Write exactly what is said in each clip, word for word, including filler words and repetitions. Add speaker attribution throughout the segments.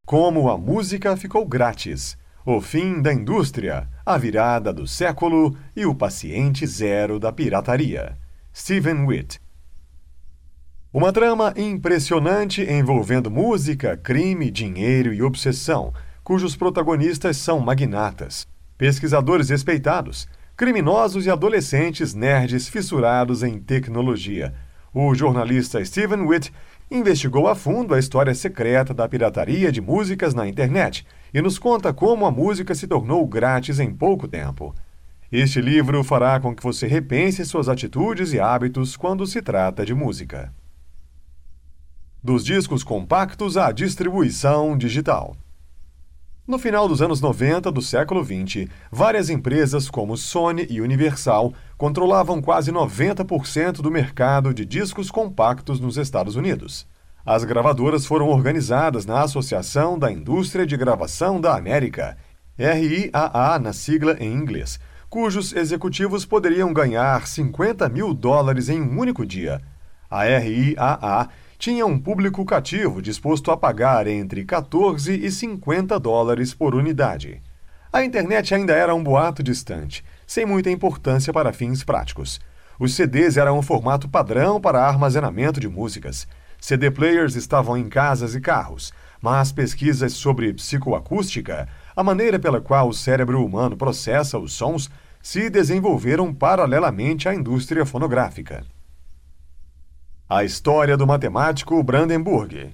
Speaker 1: Como a música ficou grátis, o fim da indústria, a virada do século e o paciente zero da pirataria. Stephen Witt. Uma trama impressionante envolvendo música, crime, dinheiro e obsessão, cujos protagonistas são magnatas, pesquisadores respeitados, criminosos e adolescentes nerds fissurados em tecnologia. O jornalista Stephen Witt investigou a fundo a história secreta da pirataria de músicas na internet e nos conta como a música se tornou grátis em pouco tempo. Este livro fará com que você repense suas atitudes e hábitos quando se trata de música. Dos discos compactos à distribuição digital. No final dos anos noventa do século vinte, várias empresas como Sony e Universal controlavam quase noventa por cento do mercado de discos compactos nos Estados Unidos. As gravadoras foram organizadas na Associação da Indústria de Gravação da América, R I A A na sigla em inglês, cujos executivos poderiam ganhar cinquenta mil dólares em um único dia. A R I A A tinha um público cativo disposto a pagar entre quatorze e cinquenta dólares por unidade. A internet ainda era um boato distante, sem muita importância para fins práticos. Os C Ds eram um formato padrão para armazenamento de músicas. C D players estavam em casas e carros, mas pesquisas sobre psicoacústica, a maneira pela qual o cérebro humano processa os sons, se desenvolveram paralelamente à indústria fonográfica. A história do matemático Brandenburg.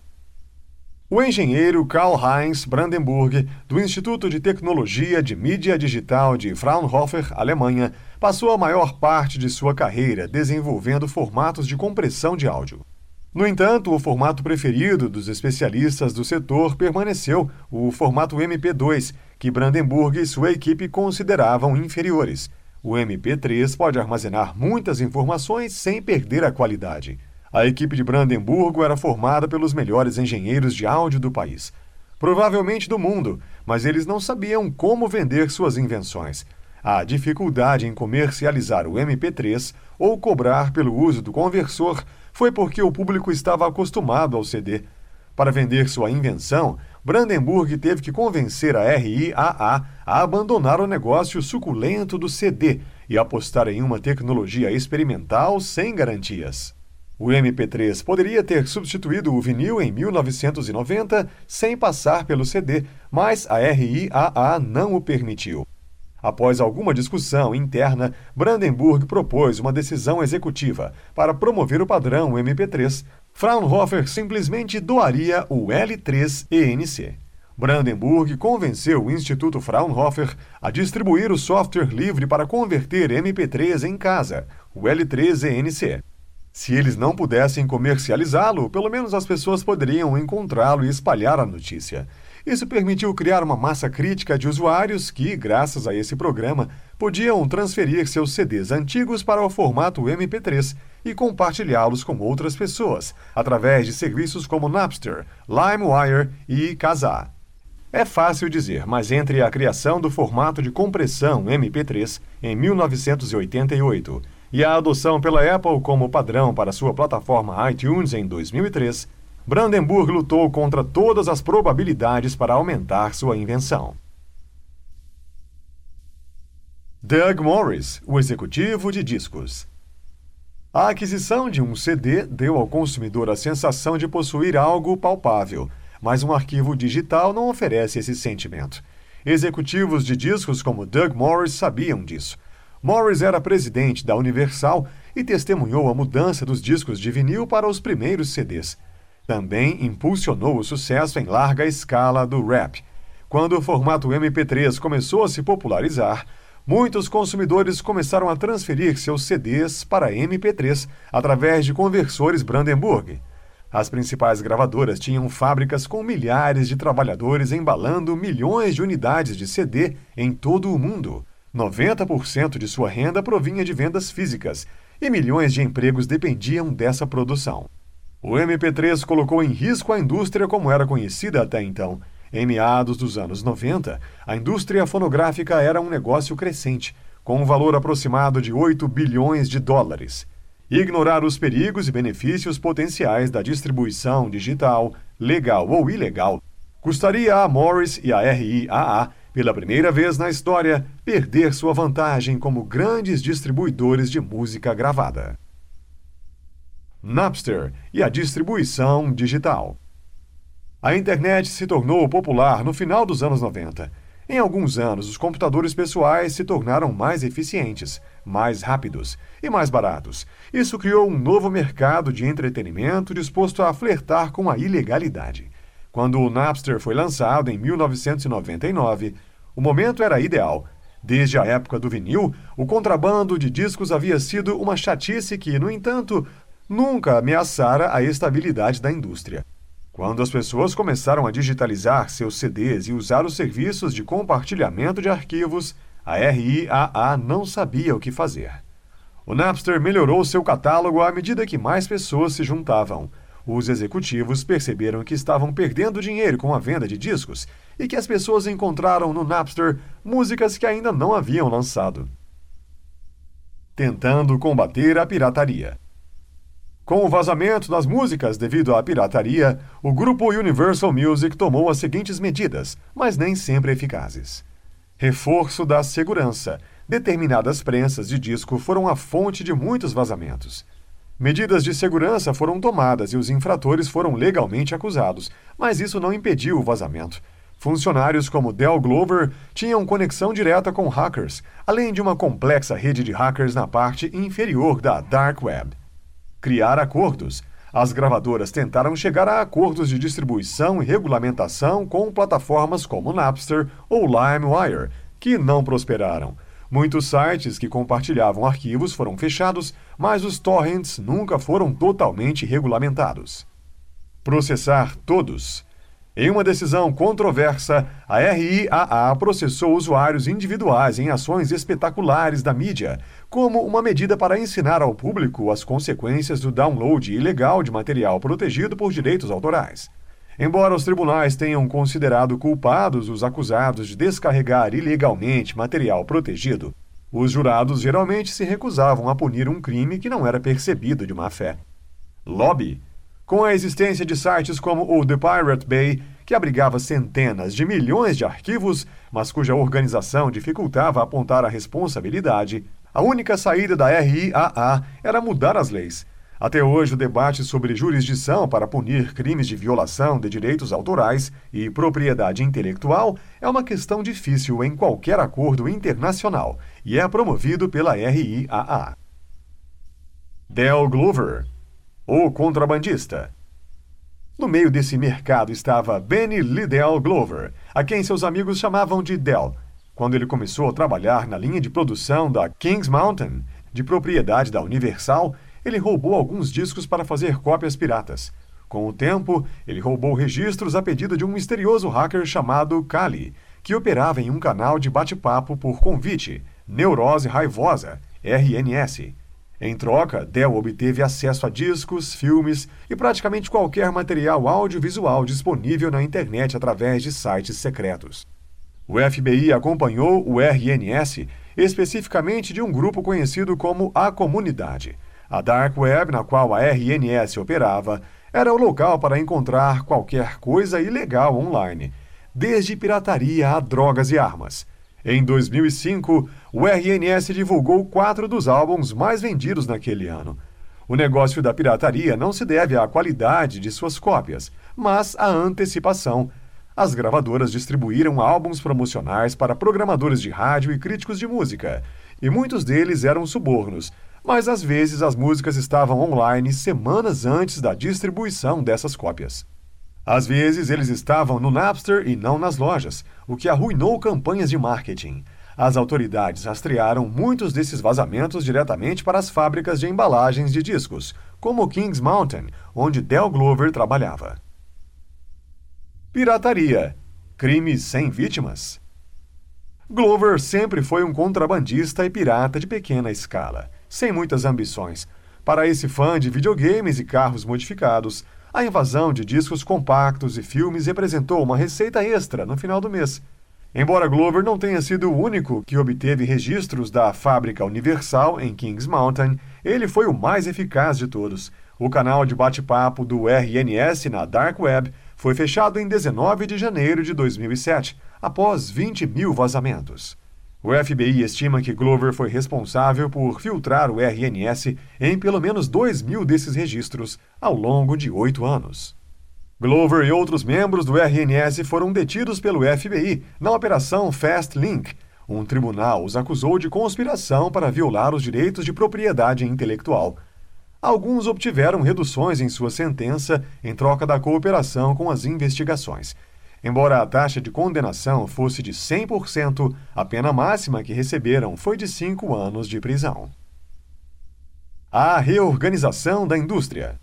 Speaker 1: O engenheiro Karl-Heinz Brandenburg, do Instituto de Tecnologia de Mídia Digital de Fraunhofer, Alemanha, passou a maior parte de sua carreira desenvolvendo formatos de compressão de áudio. No entanto, o formato preferido dos especialistas do setor permaneceu o formato M P dois, que Brandenburg e sua equipe consideravam inferiores. O M P três pode armazenar muitas informações sem perder a qualidade. A equipe de Brandenburgo era formada pelos melhores engenheiros de áudio do país, provavelmente do mundo, mas eles não sabiam como vender suas invenções. A dificuldade em comercializar o M P três ou cobrar pelo uso do conversor foi porque o público estava acostumado ao C D. Para vender sua invenção, Brandenburg teve que convencer a R I A A a abandonar o negócio suculento do C D e apostar em uma tecnologia experimental sem garantias. O M P três poderia ter substituído o vinil em mil novecentos e noventa sem passar pelo C D, mas a R I A A não o permitiu. Após alguma discussão interna, Brandenburg propôs uma decisão executiva para promover o padrão M P três. Fraunhofer simplesmente doaria o L três E N C. Brandenburg convenceu o Instituto Fraunhofer a distribuir o software livre para converter M P três em casa, o L três E N C. Se eles não pudessem comercializá-lo, pelo menos as pessoas poderiam encontrá-lo e espalhar a notícia. Isso permitiu criar uma massa crítica de usuários que, graças a esse programa, podiam transferir seus C Ds antigos para o formato M P três e compartilhá-los com outras pessoas, através de serviços como Napster, LimeWire e Kazaa. É fácil dizer, mas entre a criação do formato de compressão M P três em mil novecentos e oitenta e oito e a adoção pela Apple como padrão para sua plataforma iTunes em dois mil e três, Brandenburg lutou contra todas as probabilidades para aumentar sua invenção. Doug Morris, o executivo de discos. A aquisição de um C D deu ao consumidor a sensação de possuir algo palpável, mas um arquivo digital não oferece esse sentimento. Executivos de discos como Doug Morris sabiam disso. Morris era presidente da Universal e testemunhou a mudança dos discos de vinil para os primeiros C Ds. Também impulsionou o sucesso em larga escala do rap. Quando o formato M P três começou a se popularizar, muitos consumidores começaram a transferir seus C Ds para M P três através de conversores Brandenburg. As principais gravadoras tinham fábricas com milhares de trabalhadores embalando milhões de unidades de C D em todo o mundo. noventa por cento de sua renda provinha de vendas físicas e milhões de empregos dependiam dessa produção. O M P três colocou em risco a indústria como era conhecida até então. Em meados dos anos noventa, a indústria fonográfica era um negócio crescente, com um valor aproximado de oito bilhões de dólares. Ignorar os perigos e benefícios potenciais da distribuição digital, legal ou ilegal, custaria a Morris e a R I A A, pela primeira vez na história, perder sua vantagem como grandes distribuidores de música gravada. Napster e a distribuição digital. A internet se tornou popular no final dos anos noventa. Em alguns anos, os computadores pessoais se tornaram mais eficientes, mais rápidos e mais baratos. Isso criou um novo mercado de entretenimento disposto a flertar com a ilegalidade. Quando o Napster foi lançado em mil novecentos e noventa e nove, o momento era ideal. Desde a época do vinil, o contrabando de discos havia sido uma chatice que, no entanto, nunca ameaçara a estabilidade da indústria. Quando as pessoas começaram a digitalizar seus C Ds e usar os serviços de compartilhamento de arquivos, a R I A A não sabia o que fazer. O Napster melhorou seu catálogo à medida que mais pessoas se juntavam. Os executivos perceberam que estavam perdendo dinheiro com a venda de discos e que as pessoas encontraram no Napster músicas que ainda não haviam lançado. Tentando combater a pirataria. Com o vazamento das músicas devido à pirataria, o grupo Universal Music tomou as seguintes medidas, mas nem sempre eficazes. Reforço da segurança. Determinadas prensas de disco foram a fonte de muitos vazamentos. Medidas de segurança foram tomadas e os infratores foram legalmente acusados, mas isso não impediu o vazamento. Funcionários como Dell Glover tinham conexão direta com hackers, além de uma complexa rede de hackers na parte inferior da Dark Web. Criar acordos. As gravadoras tentaram chegar a acordos de distribuição e regulamentação com plataformas como Napster ou LimeWire, que não prosperaram. Muitos sites que compartilhavam arquivos foram fechados, mas os torrents nunca foram totalmente regulamentados. Processar todos. Em uma decisão controversa, a R I A A processou usuários individuais em ações espetaculares da mídia, como uma medida para ensinar ao público as consequências do download ilegal de material protegido por direitos autorais. Embora os tribunais tenham considerado culpados os acusados de descarregar ilegalmente material protegido, os jurados geralmente se recusavam a punir um crime que não era percebido de má fé. Lobby. Com a existência de sites como o The Pirate Bay, que abrigava centenas de milhões de arquivos, mas cuja organização dificultava apontar a responsabilidade, a única saída da R I A A era mudar as leis. Até hoje, o debate sobre jurisdição para punir crimes de violação de direitos autorais e propriedade intelectual é uma questão difícil em qualquer acordo internacional e é promovido pela R I A A. Dell Glover, o contrabandista. No meio desse mercado estava Benny Liddell Glover, a quem seus amigos chamavam de Dell. Quando ele começou a trabalhar na linha de produção da Kings Mountain, de propriedade da Universal, ele roubou alguns discos para fazer cópias piratas. Com o tempo, ele roubou registros a pedido de um misterioso hacker chamado Kali, que operava em um canal de bate-papo por convite, Neurose Raivosa, R N S. Em troca, Dell obteve acesso a discos, filmes e praticamente qualquer material audiovisual disponível na internet através de sites secretos. O F B I acompanhou o R N S especificamente de um grupo conhecido como A Comunidade. A Dark Web, na qual a R N S operava, era o local para encontrar qualquer coisa ilegal online, desde pirataria a drogas e armas. Em dois mil e cinco, o R N S divulgou quatro dos álbuns mais vendidos naquele ano. O negócio da pirataria não se deve à qualidade de suas cópias, mas à antecipação. As gravadoras distribuíram álbuns promocionais para programadores de rádio e críticos de música, e muitos deles eram subornos, mas às vezes as músicas estavam online semanas antes da distribuição dessas cópias. Às vezes eles estavam no Napster e não nas lojas, o que arruinou campanhas de marketing. As autoridades rastrearam muitos desses vazamentos diretamente para as fábricas de embalagens de discos, como Kings Mountain, onde Dell Glover trabalhava. Pirataria. Crimes sem vítimas. Glover sempre foi um contrabandista e pirata de pequena escala, sem muitas ambições. Para esse fã de videogames e carros modificados, a invasão de discos compactos e filmes representou uma receita extra no final do mês. Embora Glover não tenha sido o único que obteve registros da fábrica Universal em Kings Mountain, ele foi o mais eficaz de todos. O canal de bate-papo do R N S na Dark Web foi fechado em dezenove de janeiro de dois mil e sete, após vinte mil vazamentos. O F B I estima que Glover foi responsável por filtrar o R N S em pelo menos dois mil desses registros ao longo de oito anos. Glover e outros membros do R N S foram detidos pelo F B I na Operação Fast Link. Um tribunal os acusou de conspiração para violar os direitos de propriedade intelectual. Alguns obtiveram reduções em sua sentença em troca da cooperação com as investigações. Embora a taxa de condenação fosse de cem por cento, a pena máxima que receberam foi de cinco anos de prisão. A reorganização da indústria.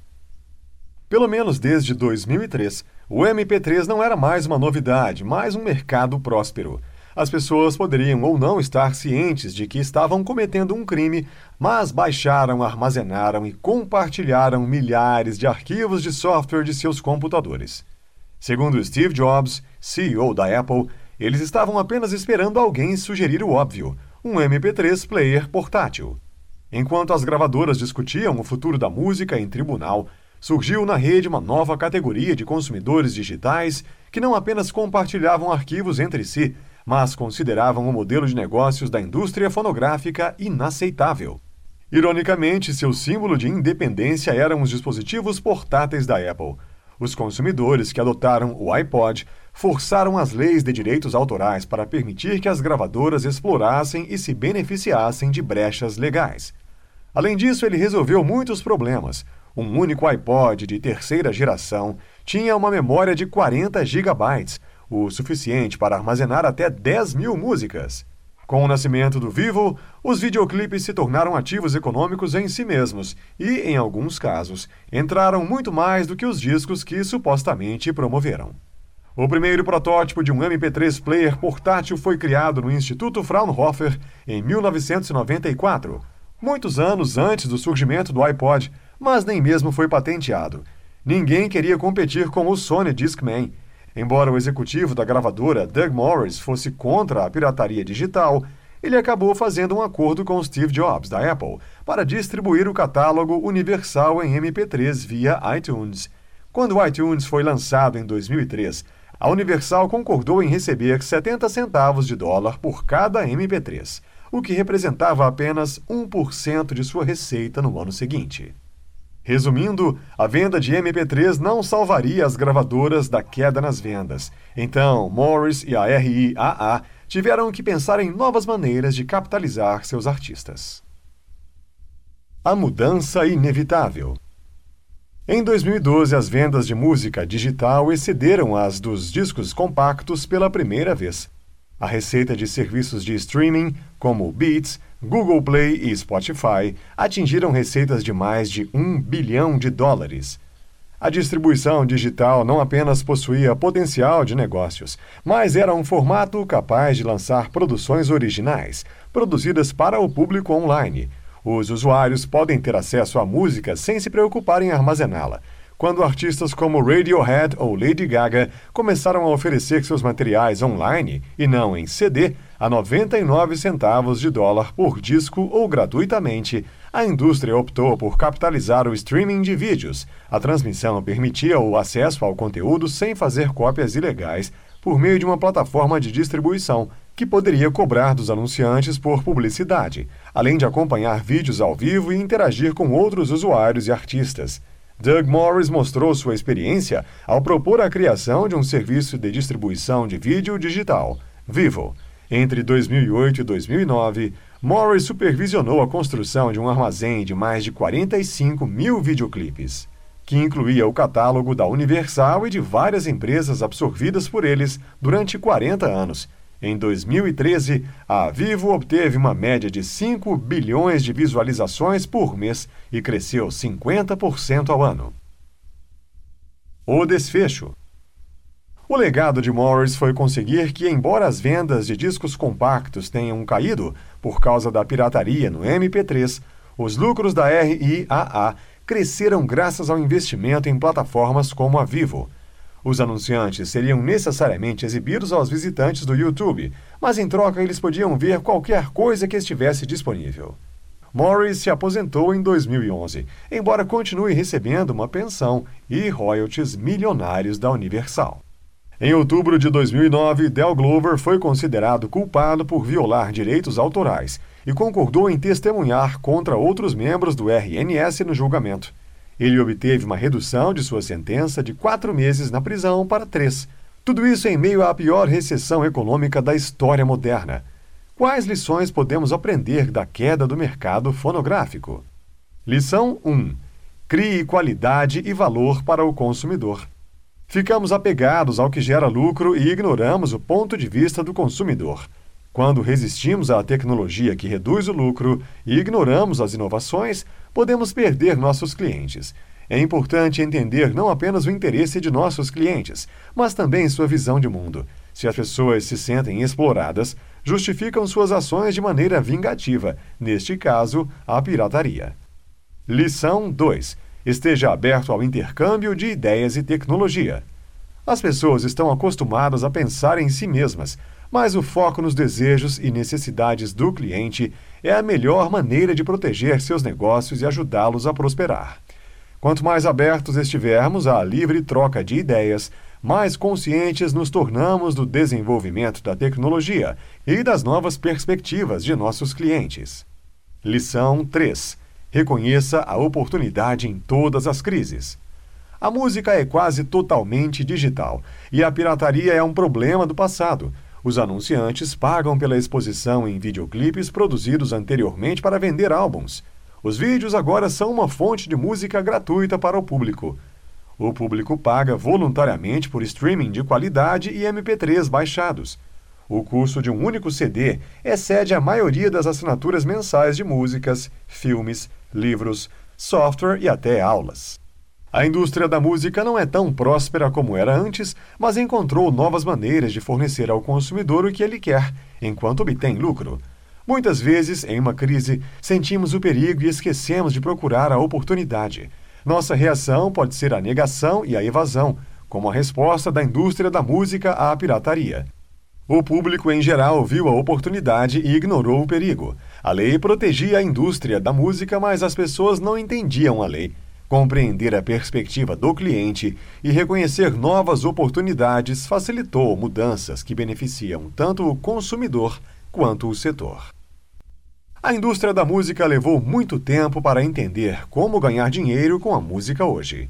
Speaker 1: Pelo menos desde dois mil e três, o M P três não era mais uma novidade, mas um mercado próspero. As pessoas poderiam ou não estar cientes de que estavam cometendo um crime, mas baixaram, armazenaram e compartilharam milhares de arquivos de software de seus computadores. Segundo Steve Jobs, C E O da Apple, eles estavam apenas esperando alguém sugerir o óbvio, um M P três player portátil. Enquanto as gravadoras discutiam o futuro da música em tribunal, surgiu na rede uma nova categoria de consumidores digitais que não apenas compartilhavam arquivos entre si, mas consideravam o modelo de negócios da indústria fonográfica inaceitável. Ironicamente, seu símbolo de independência eram os dispositivos portáteis da Apple. Os consumidores que adotaram o iPod forçaram as leis de direitos autorais para permitir que as gravadoras explorassem e se beneficiassem de brechas legais. Além disso, ele resolveu muitos problemas. Um único iPod de terceira geração tinha uma memória de quarenta gigabytes, o suficiente para armazenar até dez mil músicas. Com o nascimento do Vivo, os videoclipes se tornaram ativos econômicos em si mesmos e, em alguns casos, entraram muito mais do que os discos que supostamente promoveram. O primeiro protótipo de um M P três player portátil foi criado no Instituto Fraunhofer em mil novecentos e noventa e quatro, muitos anos antes do surgimento do iPod, mas nem mesmo foi patenteado. Ninguém queria competir com o Sony Discman. Embora o executivo da gravadora, Doug Morris, fosse contra a pirataria digital, ele acabou fazendo um acordo com Steve Jobs, da Apple, para distribuir o catálogo universal em M P três via iTunes. Quando o iTunes foi lançado em dois mil e três, a Universal concordou em receber setenta centavos de dólar por cada M P três, o que representava apenas um por cento de sua receita no ano seguinte. Resumindo, a venda de M P três não salvaria as gravadoras da queda nas vendas. Então, Morris e a R I A A tiveram que pensar em novas maneiras de capitalizar seus artistas. A mudança inevitável. Em dois mil e doze, as vendas de música digital excederam as dos discos compactos pela primeira vez. A receita de serviços de streaming, como Beats, Google Play e Spotify, atingiram receitas de mais de um bilhão de dólares. A distribuição digital não apenas possuía potencial de negócios, mas era um formato capaz de lançar produções originais, produzidas para o público online. Os usuários podem ter acesso à música sem se preocupar em armazená-la. Quando artistas como Radiohead ou Lady Gaga começaram a oferecer seus materiais online, e não em C D, a noventa e nove centavos de dólar por disco ou gratuitamente, a indústria optou por capitalizar o streaming de vídeos. A transmissão permitia o acesso ao conteúdo sem fazer cópias ilegais por meio de uma plataforma de distribuição, que poderia cobrar dos anunciantes por publicidade, além de acompanhar vídeos ao vivo e interagir com outros usuários e artistas. Doug Morris mostrou sua experiência ao propor a criação de um serviço de distribuição de vídeo digital, Vivo. Entre dois mil e oito e dois mil e nove, Morris supervisionou a construção de um armazém de mais de quarenta e cinco mil videoclipes, que incluía o catálogo da Universal e de várias empresas absorvidas por eles durante quarenta anos. Em dois mil e treze, a Vivo obteve uma média de cinco bilhões de visualizações por mês e cresceu cinquenta por cento ao ano. O desfecho. O legado de Morris foi conseguir que, embora as vendas de discos compactos tenham caído por causa da pirataria no M P três, os lucros da R I A A cresceram graças ao investimento em plataformas como a Vivo. Os anunciantes seriam necessariamente exibidos aos visitantes do YouTube, mas em troca eles podiam ver qualquer coisa que estivesse disponível. Morris se aposentou em dois mil e onze, embora continue recebendo uma pensão e royalties milionários da Universal. Em outubro de dois mil e nove, Del Glover foi considerado culpado por violar direitos autorais e concordou em testemunhar contra outros membros do R N S no julgamento. Ele obteve uma redução de sua sentença de quatro meses na prisão para três. Tudo isso em meio à pior recessão econômica da história moderna. Quais lições podemos aprender da queda do mercado fonográfico? Lição um. Crie qualidade e valor para o consumidor. Ficamos apegados ao que gera lucro e ignoramos o ponto de vista do consumidor. Quando resistimos à tecnologia que reduz o lucro e ignoramos as inovações, podemos perder nossos clientes. É importante entender não apenas o interesse de nossos clientes, mas também sua visão de mundo. Se as pessoas se sentem exploradas, justificam suas ações de maneira vingativa, neste caso, a pirataria. Lição dois. Esteja aberto ao intercâmbio de ideias e tecnologia. As pessoas estão acostumadas a pensar em si mesmas, mas o foco nos desejos e necessidades do cliente é a melhor maneira de proteger seus negócios e ajudá-los a prosperar. Quanto mais abertos estivermos à livre troca de ideias, mais conscientes nos tornamos do desenvolvimento da tecnologia e das novas perspectivas de nossos clientes. Lição três. Reconheça a oportunidade em todas as crises. A música é quase totalmente digital e a pirataria é um problema do passado. Os anunciantes pagam pela exposição em videoclipes produzidos anteriormente para vender álbuns. Os vídeos agora são uma fonte de música gratuita para o público. O público paga voluntariamente por streaming de qualidade e M P três baixados. O custo de um único C D excede a maioria das assinaturas mensais de músicas, filmes, livros, software e até aulas. A indústria da música não é tão próspera como era antes, mas encontrou novas maneiras de fornecer ao consumidor o que ele quer, enquanto obtém lucro. Muitas vezes, em uma crise, sentimos o perigo e esquecemos de procurar a oportunidade. Nossa reação pode ser a negação e a evasão, como a resposta da indústria da música à pirataria. O público em geral viu a oportunidade e ignorou o perigo. A lei protegia a indústria da música, mas as pessoas não entendiam a lei. Compreender a perspectiva do cliente e reconhecer novas oportunidades facilitou mudanças que beneficiam tanto o consumidor quanto o setor. A indústria da música levou muito tempo para entender como ganhar dinheiro com a música hoje.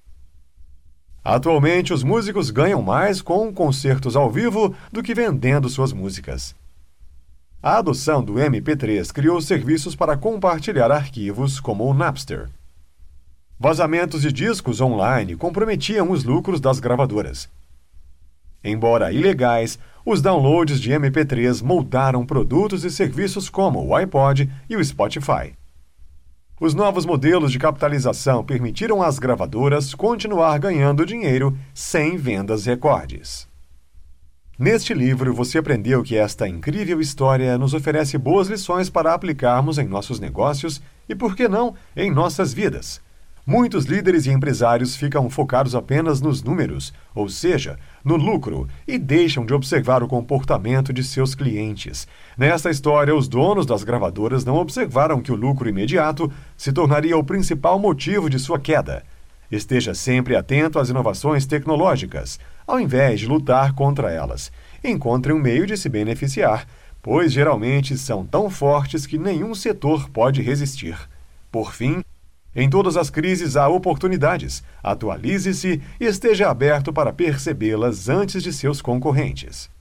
Speaker 1: Atualmente, os músicos ganham mais com concertos ao vivo do que vendendo suas músicas. A adoção do M P três criou serviços para compartilhar arquivos, como o Napster. Vazamentos de discos online comprometiam os lucros das gravadoras. Embora ilegais, os downloads de M P três moldaram produtos e serviços como o iPod e o Spotify. Os novos modelos de capitalização permitiram às gravadoras continuar ganhando dinheiro sem vendas recordes. Neste livro, você aprendeu que esta incrível história nos oferece boas lições para aplicarmos em nossos negócios e, por que não, em nossas vidas. Muitos líderes e empresários ficam focados apenas nos números, ou seja, no lucro, e deixam de observar o comportamento de seus clientes. Nesta história, os donos das gravadoras não observaram que o lucro imediato se tornaria o principal motivo de sua queda. Esteja sempre atento às inovações tecnológicas, ao invés de lutar contra elas. Encontre um meio de se beneficiar, pois geralmente são tão fortes que nenhum setor pode resistir. Por fim, em todas as crises há oportunidades. Atualize-se e esteja aberto para percebê-las antes de seus concorrentes.